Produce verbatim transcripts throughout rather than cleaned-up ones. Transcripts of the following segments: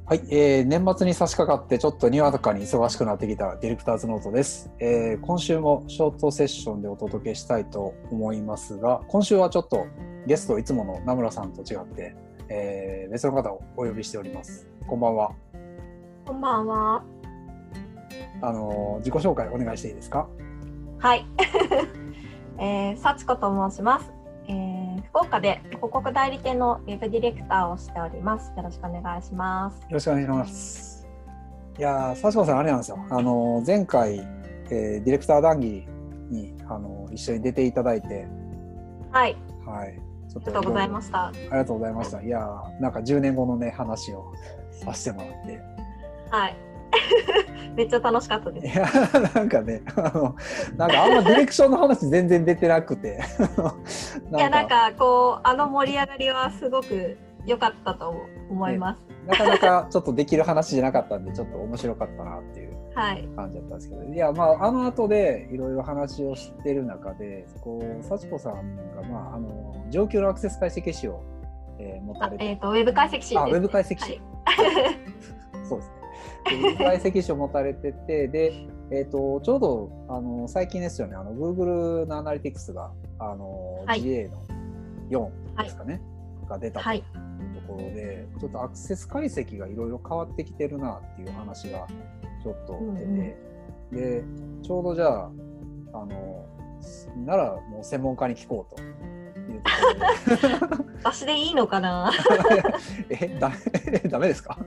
はい、えー、年末に差し掛かってちょっとにわかに忙しくなってきたディレクターズノートです、えー、今週もショートセッションでお届けしたいと思いますが、今週はちょっとゲストいつもの名村さんと違って、えー、別の方をお呼びしております。こんばんは。 こんばんは。 あの自己紹介お願いしていいですか？ はい、えー、幸子と申します。えー、福岡で広告代理店のウェブディレクターをしております。よろしくお願いします。よろしくお願いします。いやー、幸子さんあれなんですよ。あの前回、えー、ディレクター談義にあの一緒に出ていただいて、 はい、 はい、 ちょっとありがとうございました。 ありがとうございました。いやー、なんかじゅうねんごのね話をさせてもらって、はいめっちゃ楽しかったです。 いやなんかねあのなんかあんまディレクションの話全然出てなくていやなんかこうあの盛り上がりはすごく良かったと思います、 ね、なかなかちょっとできる話じゃなかったんでちょっと面白かったなっていう感じだったんですけど、はい、いやまああの後でいろいろ話をしてる中でこう幸子さんが、まあ、あの上級のアクセス解析士を、えー、持たれて、 えーと、ウェブ解析士です、ね、 あウェブ解析士、はい、そうですね解析士を持たれててで、えー、とちょうどあの最近ですよねあの Google のアナリティクスがあの、はい、ジーエー のよんですかね、はい、が出たというところで、はい、ちょっとアクセス解析がいろいろ変わってきてるなっていう話がちょっと出て、うんうん、でちょうどじゃあ、あのならもう専門家に聞こうというところで私でいいのかなえダメダメですか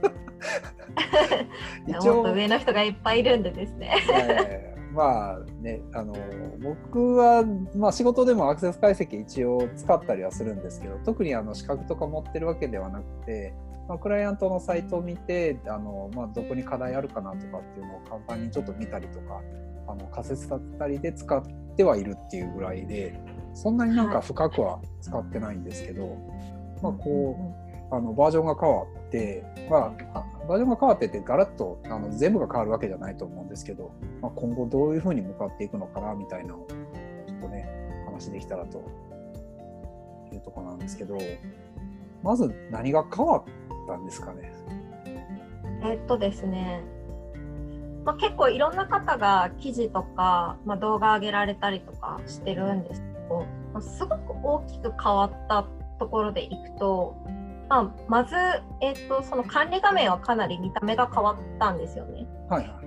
一応もっと上の人がいっぱいいるんでですねえー、まあねあの僕は、まあ、仕事でもアクセス解析一応使ったりはするんですけど特にあの資格とか持ってるわけではなくて、まあ、クライアントのサイトを見てあの、まあ、どこに課題あるかなとかっていうのを簡単にちょっと見たりとかあの仮説だったりで使ってはいるっていうぐらいでそんなになんか深くは使ってないんですけど、はい、まあこうあのバージョンが変わって、まあ、バージョンが変わってってガラッとあの全部が変わるわけじゃないと思うんですけど、まあ、今後どういうふうに向かっていくのかなみたいなのをちょっとね話できたらというところなんですけど、まず何が変わったんですかね。 えっとですね、まあ、結構いろんな方が記事とか、まあ、動画上げられたりとかしてるんですけど、まあ、すごく大きく変わったところでいくと、まあ、まず、えーと、その管理画面はかなり見た目が変わったんですよね。 はいはい、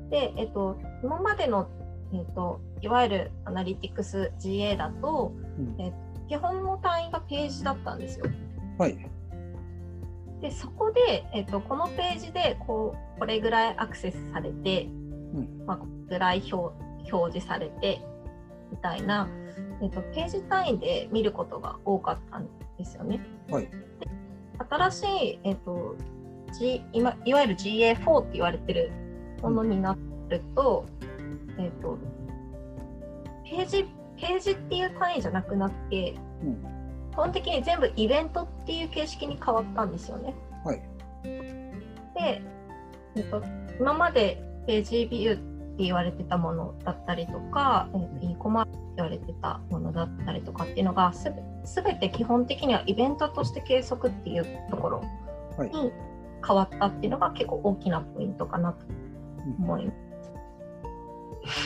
で、えーと、今までの、えーと、いわゆるアナリティクス ジーエー だと、うんえーと、基本の単位がページだったんですよ。 はい、 でそこで、えーと、このページでこうこれぐらいアクセスされて、うんまあ、これぐらい 表, 表示されてみたいな、えーと、ページ単位で見ることが多かったんですよね。 はい、 で新しい、えーと G、今いわゆる ジーエーフォー って言われてるものになると、うんえーと、ページ、ページっていう単位じゃなくなって、うん基本的に全部イベントっていう形式に変わったんですよね。 はい、 で、えっと、今までページビューって言われてたものだったりとか、えっと、e コマースって言われてたものだったりとかっていうのがすべ、すべて基本的にはイベントとして計測っていうところに変わったっていうのが結構大きなポイントかなと思います。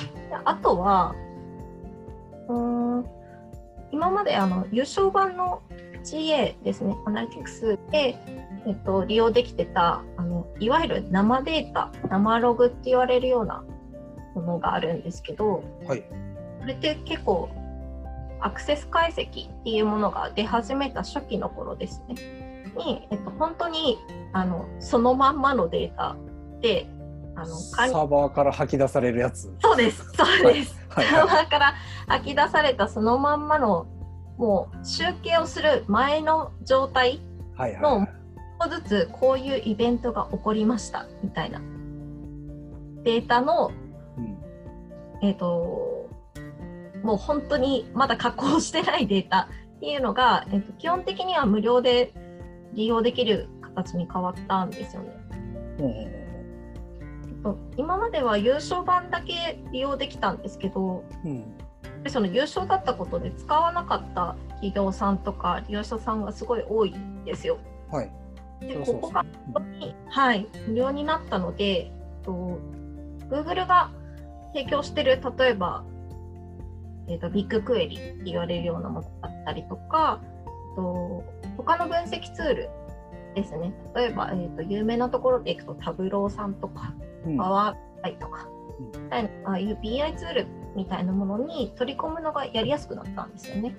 うん、であとはうーん今まであの優勝版の ジーエー ですね、アナリティクスで、えっと、利用できてたあのいわゆる生データ、生ログって言われるようなものがあるんですけど、 はい、 これって結構アクセス解析っていうものが出始めた初期の頃ですねに、えっと、本当にあのそのまんまのデータであのサーバーから吐き出されるやつ。 そうですそうです、はいはいはい、サーバーから吐き出されたそのまんまのもう集計をする前の状態のもうずつこういうイベントが起こりましたみたいなデータの、うん、えっともう本当にまだ加工してないデータっていうのが、えっと、基本的には無料で利用できる形に変わったんですよね。うん今までは優勝版だけ利用できたんですけど、うん、その優勝だったことで使わなかった企業さんとか利用者さんがすごい多いんですよ。 はい、 でここが本当に、はい、無料になったので、と Google が提供している例えば、えーと、ビッグクエリって言われるようなものだったりとか、と他の分析ツールですね、例えば、えーと、有名なところでいくとタブローさんとか、 うん、 パワーアイとか、うん、ああいう ビーアイ ツールみたいなものに取り込むのがやりやすくなったんですよね。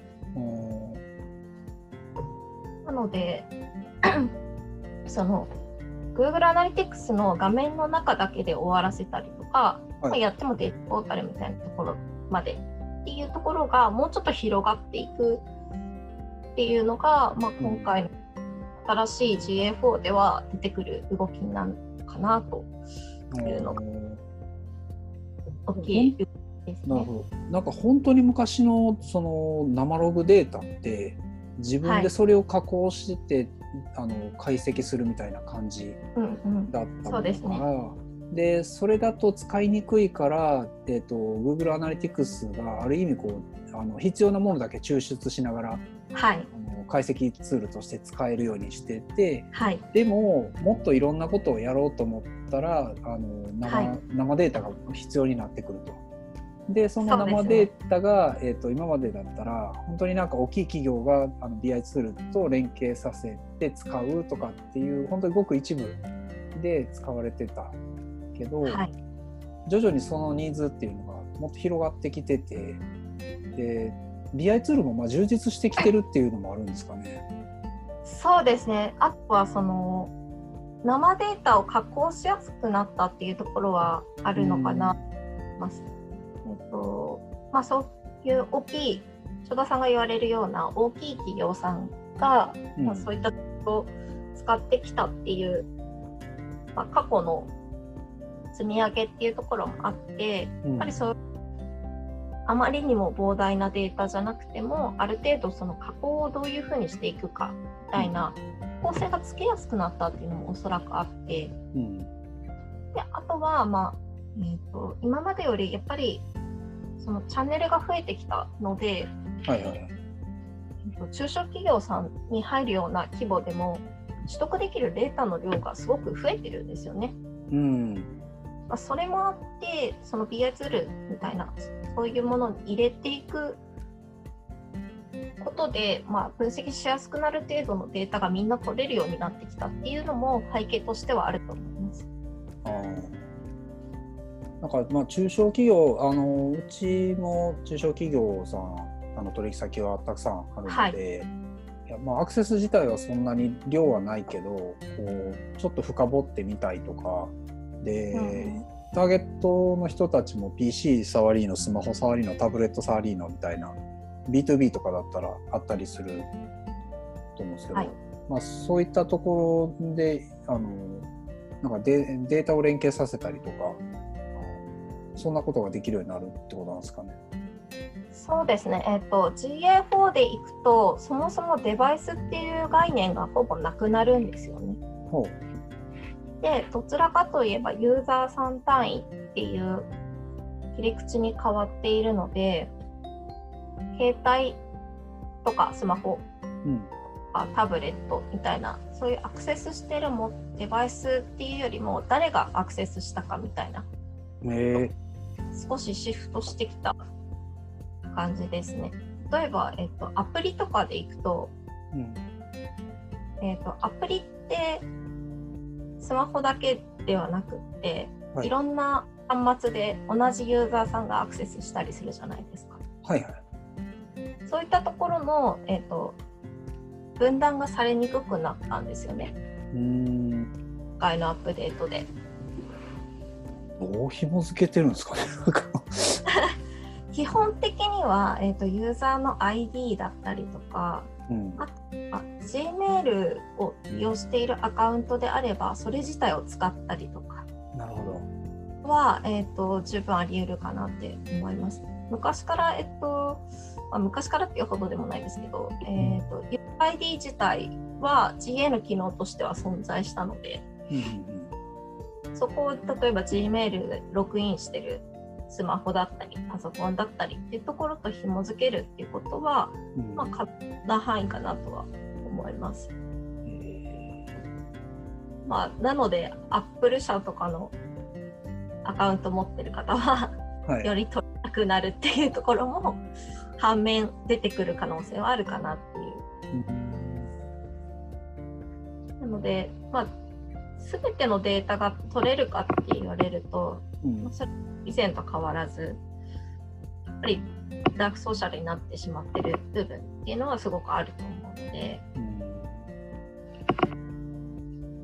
なのでその Google アナリティクスの画面の中だけで終わらせたりとか、はい、まあ、やってもデータポータルみたいなところまでっていうところがもうちょっと広がっていくっていうのが、まあ、今回の新しい ジーエーフォー では出てくる動きなのかなというのが大きいですね。 なるほど。なんか本当に昔のその生ログデータって自分でそれを加工して、はい、あの解析するみたいな感じだったのかな。でそれだと使いにくいから、えーと、Google アナリティクスがある意味こうあの必要なものだけ抽出しながら、 はい、 あの解析ツールとして使えるようにしてて、 はい、 でももっといろんなことをやろうと思ったらあの 生,、はい、生データが必要になってくると。でその生データが、ねえーと、今までだったら本当になんか大きい企業があの ビーアイ ツールと連携させて使うとかっていう本当にごく一部で使われてたけど、はい、徐々にそのニーズっていうのがもっと広がってきてて、で ビーアイ ツールもまあ充実してきてるっていうのもあるんですかね。 そうですね。あとはその生データを加工しやすくなったっていうところはあるのかなと思います。えっとまあ、そういう大きい初田さんが言われるような大きい企業さんが、うんまあ、そういったことを使ってきたっていう、まあ、過去の積み上げっていうところもあって、うん、やっぱりそうあまりにも膨大なデータじゃなくてもある程度その加工をどういうふうにしていくかみたいな構成がつけやすくなったっていうのもおそらくあって、うん、であとは、まあえーと、今までよりやっぱりそのチャンネルが増えてきたので、はいはい、中小企業さんに入るような規模でも取得できるデータの量がすごく増えてるんですよね。うんまあ、それもあってその ビーアイ ツールみたいなそういうものに入れていくことで、まあ、分析しやすくなる程度のデータがみんな取れるようになってきたっていうのも背景としてはあると思います。あなんかまあ中小企業あのうちも中小企業さんあの取引先はたくさんあるので、はい、いやまあアクセス自体はそんなに量はないけどこうちょっと深掘ってみたいとかで、うん、ターゲットの人たちも ピーシー 触りのスマホ触りのタブレット触りのみたいな ビーツービー とかだったらあったりすると思うんですけど、はいまあ、そういったところであのなんか デ, データを連携させたりとかそんなことができるようになるってことなんですかね。 そうですね、えーと、ジーエーフォー でいくとそもそもデバイスっていう概念がほぼなくなるんですよね。ほうでどちらかといえばユーザーさん単位っていう切り口に変わっているので携帯とかスマホ、うん、タブレットみたいなそういうアクセスしているもデバイスっていうよりも誰がアクセスしたかみたいな、えー、少しシフトしてきた感じですね。例えば、えっと、アプリとかでいくと、うんえっと、アプリってスマホだけではなくって、はい、いろんな端末で同じユーザーさんがアクセスしたりするじゃないですか。はいはい、そういったところの、えっと、分断がされにくくなったんですよね。うーん今回のアップデートで。 どう紐付けてるんですかね基本的には、えーと、ユーザーの アイディー だったりとか、うん、あとは Gmail を利用しているアカウントであればそれ自体を使ったりとかなるほどは、えーと、十分あり得るかなって思います。昔から、えっとまあ、昔からっていうほどでもないですけど、えーと、ユーザー アイディー 自体は ジーエー の機能としては存在したので、うん、そこを例えば Gmail でログインしてるスマホだったりパソコンだったりっていうところと紐付けるっていうことは、うんまあ、可能な範囲かなとは思います。 えー、 まあ、なので Apple 社とかのアカウント持ってる方は、はい、より取れなくなるっていうところも反面出てくる可能性はあるかなっていう、うん、なので、まあ、全てのデータが取れるかって言われると、うん、それ以前と変わらずやっぱりダークソーシャルになってしまってる部分っていうのはすごくあると思うので、うん、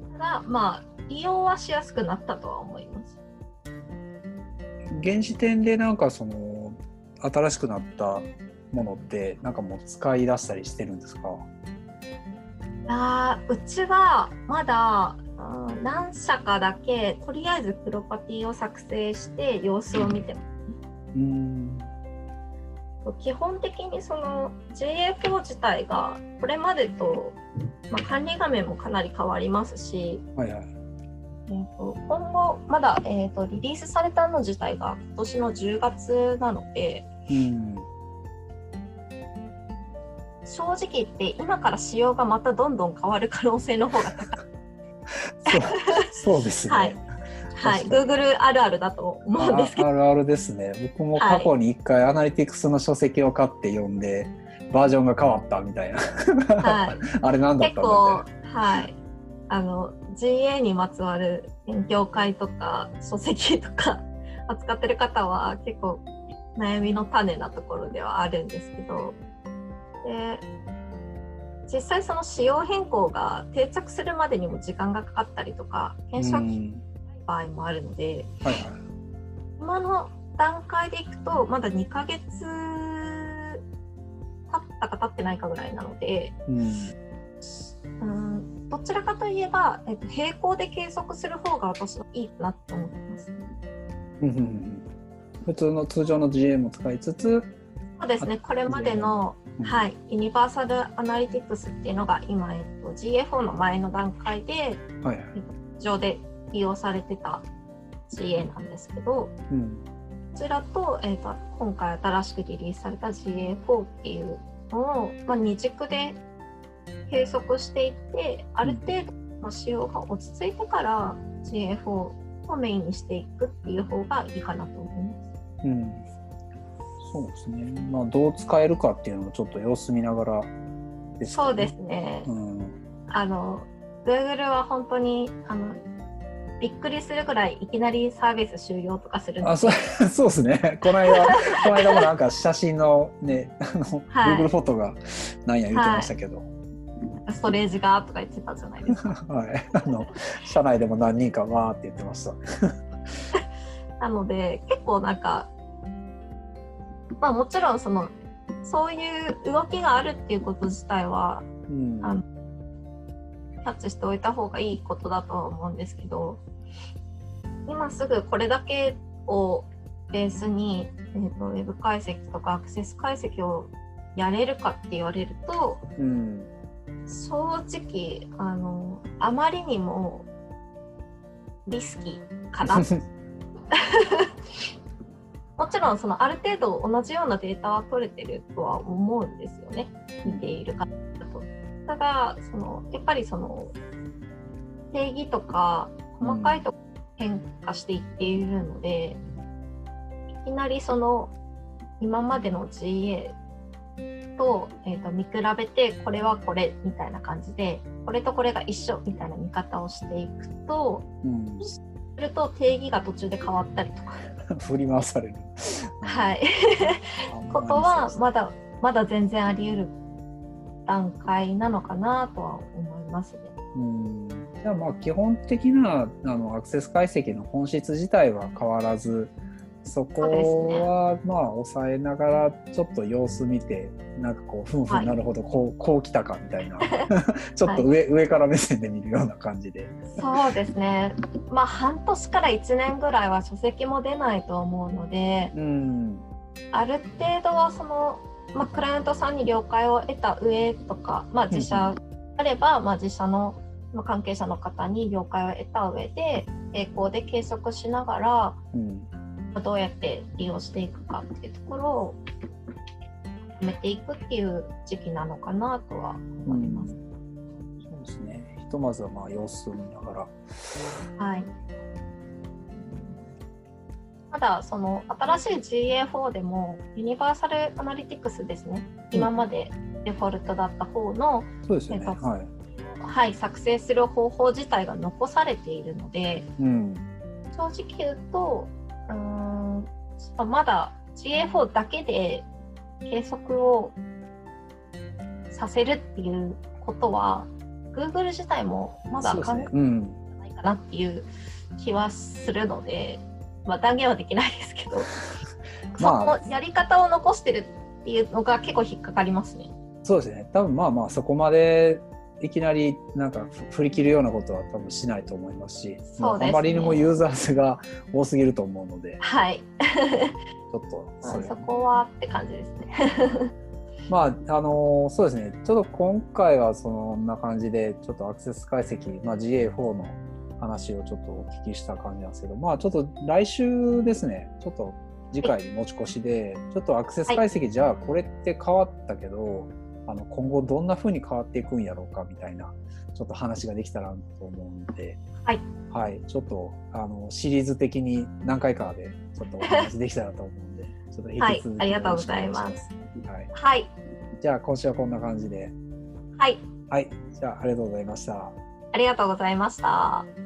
ただまあ利用はしやすくなったとは思います。 現時点でなんかその新しくなったものってなんかもう使い出したりしてるんですか？ あうちはまだ、うん、何社かだけとりあえずプロパティを作成して様子を見てます。うん、基本的にその ジェイエーフォー 自体がこれまでと、まあ、管理画面もかなり変わりますし、はいはい、えー、と今後まだ、えー、とリリースされたの自体が今年のじゅうがつなので、うん、正直言って今から仕様がまたどんどん変わる可能性の方が高いそう、そうですね、 はいはい、Google あるあるだと思うんですけど、 あるあるですね。僕も過去に一回アナリティクスの書籍を買って読んで、はい、バージョンが変わったみたいな、はい、あれなんだったんだろうね。 結構、はい、あの ジーエー にまつわる勉強会とか書籍とか扱ってる方は結構悩みの種なところではあるんですけど、で実際その仕様変更が定着するまでにも時間がかかったりとか検証期間場合もあるので、はいはい、今の段階でいくとまだにかげつ経ったか経ってないかぐらいなので、うん、うんどちらかといえば、えっと、並行で計測する方が私はいいかなと思ってます、 うんうん、普通の通常の ジーエー も使いつつ、 そうですね、これまでの、うん、はい、ユニバーサルアナリティクスっていうのが今、えっと、ジーエーフォー の前の段階で、はいはい、上で利用されてた ジーエー なんですけど、うん、こちらと、えーと、今回新しくリリースされた ジーエーフォー っていうのを、まあ、二軸で計測していって、ある程度の仕様が落ち着いてから ジーエーフォー をメインにしていくっていう方がいいかなと思います。うん、 そうですね。まあ、どう使えるかっていうのもちょっと様子見ながらですかね。そうですね。うん、あの Google は本当にあのびっくりするぐらいいきなりサービス終了とかするんで。 あ、そう、そうですね。この間この間もなんか写真のね、あの、はい、Google フォトがなんや言ってましたけど、はい、 ストレージがとか言ってたじゃないですか。 はい、あの社内でも何人かわーって言ってました。 なので結構なんか、まあもちろんそのそういう動きがあるっていうこと自体は、うん、あのキャッチしておいた方がいいことだとは思うんですけど、今すぐこれだけをベースに、えーと、ウェブ解析とかアクセス解析をやれるかって言われると、うん、正直あのあまりにもリスキーかな。もちろんそのある程度同じようなデータは取れてるとは思うんですよね、見ている方だと。ただそのやっぱりその定義とか細かいところ変化していっているので、うん、いきなりその今までの ジーエー と、えーと見比べてこれはこれみたいな感じでこれとこれが一緒みたいな見方をしていくと、うん、すると定義が途中で変わったりとか振り回されるはいことはまだまだ全然あり得る段階なのかなとは思いますね。 うん、じゃあまあ基本的なあのアクセス解析の本質自体は変わらず、そこはまあ抑えながらちょっと様子見て、なんかこうふんふんなるほどこう、こう来たかみたいなちょっと上、はい、上から目線で見るような感じで。 そうですね、まあ半年からいちねんぐらいは書籍も出ないと思うので、うん、ある程度はそのまあ、クライアントさんに了解を得た上とか、まあ、自社あれば、まあ、自社の関係者の方に了解を得た上で並行で計測しながら、うん、どうやって利用していくかっていうところを決めていくっていう時期なのかなとは思います。 うん、そうですね。一とまずはまあ様子を見ながら。 はい。ただその新しい ジーエーフォー でもユニバーサルアナリティクスですね、うん、今までデフォルトだった方の、 そうですよね、 えっとはいはい、作成する方法自体が残されているので、 うん、 正直言うとうーんまだ ジーエーフォー だけで計測をさせるっていうことは Google 自体もまだ考えてないかなっていう気はするので、まあ、断言はできないですけど、まあ、そのやり方を残してるっていうのが結構引っかかりますね。 そうですね、多分まあまあそこまでいきなりなんか振り切るようなことは多分しないと思いますし、そうですね、あまりにもユーザー数が多すぎると思うので、 はいちょっとそ, そこはって感じですねまああのそうですね、ちょっと今回はそんな感じでちょっとアクセス解析、まあ、ジーエーフォー の話をちょっとお聞きした感じなんですけど、まあちょっと来週ですね、ちょっと次回に持ち越しで、ちょっとアクセス解析、はい、じゃあこれって変わったけどあの今後どんな風に変わっていくんやろうかみたいなちょっと話ができたらと思うので、 はい、 はい、ちょっとあのシリーズ的に何回かでちょっとお話できたらと思うんでちょっと引き続き、 はい、ありがとうございます。 はい、 はい、 じゃあ今週はこんな感じで、 はい、 はい、じゃあありがとうございました。 ありがとうございました。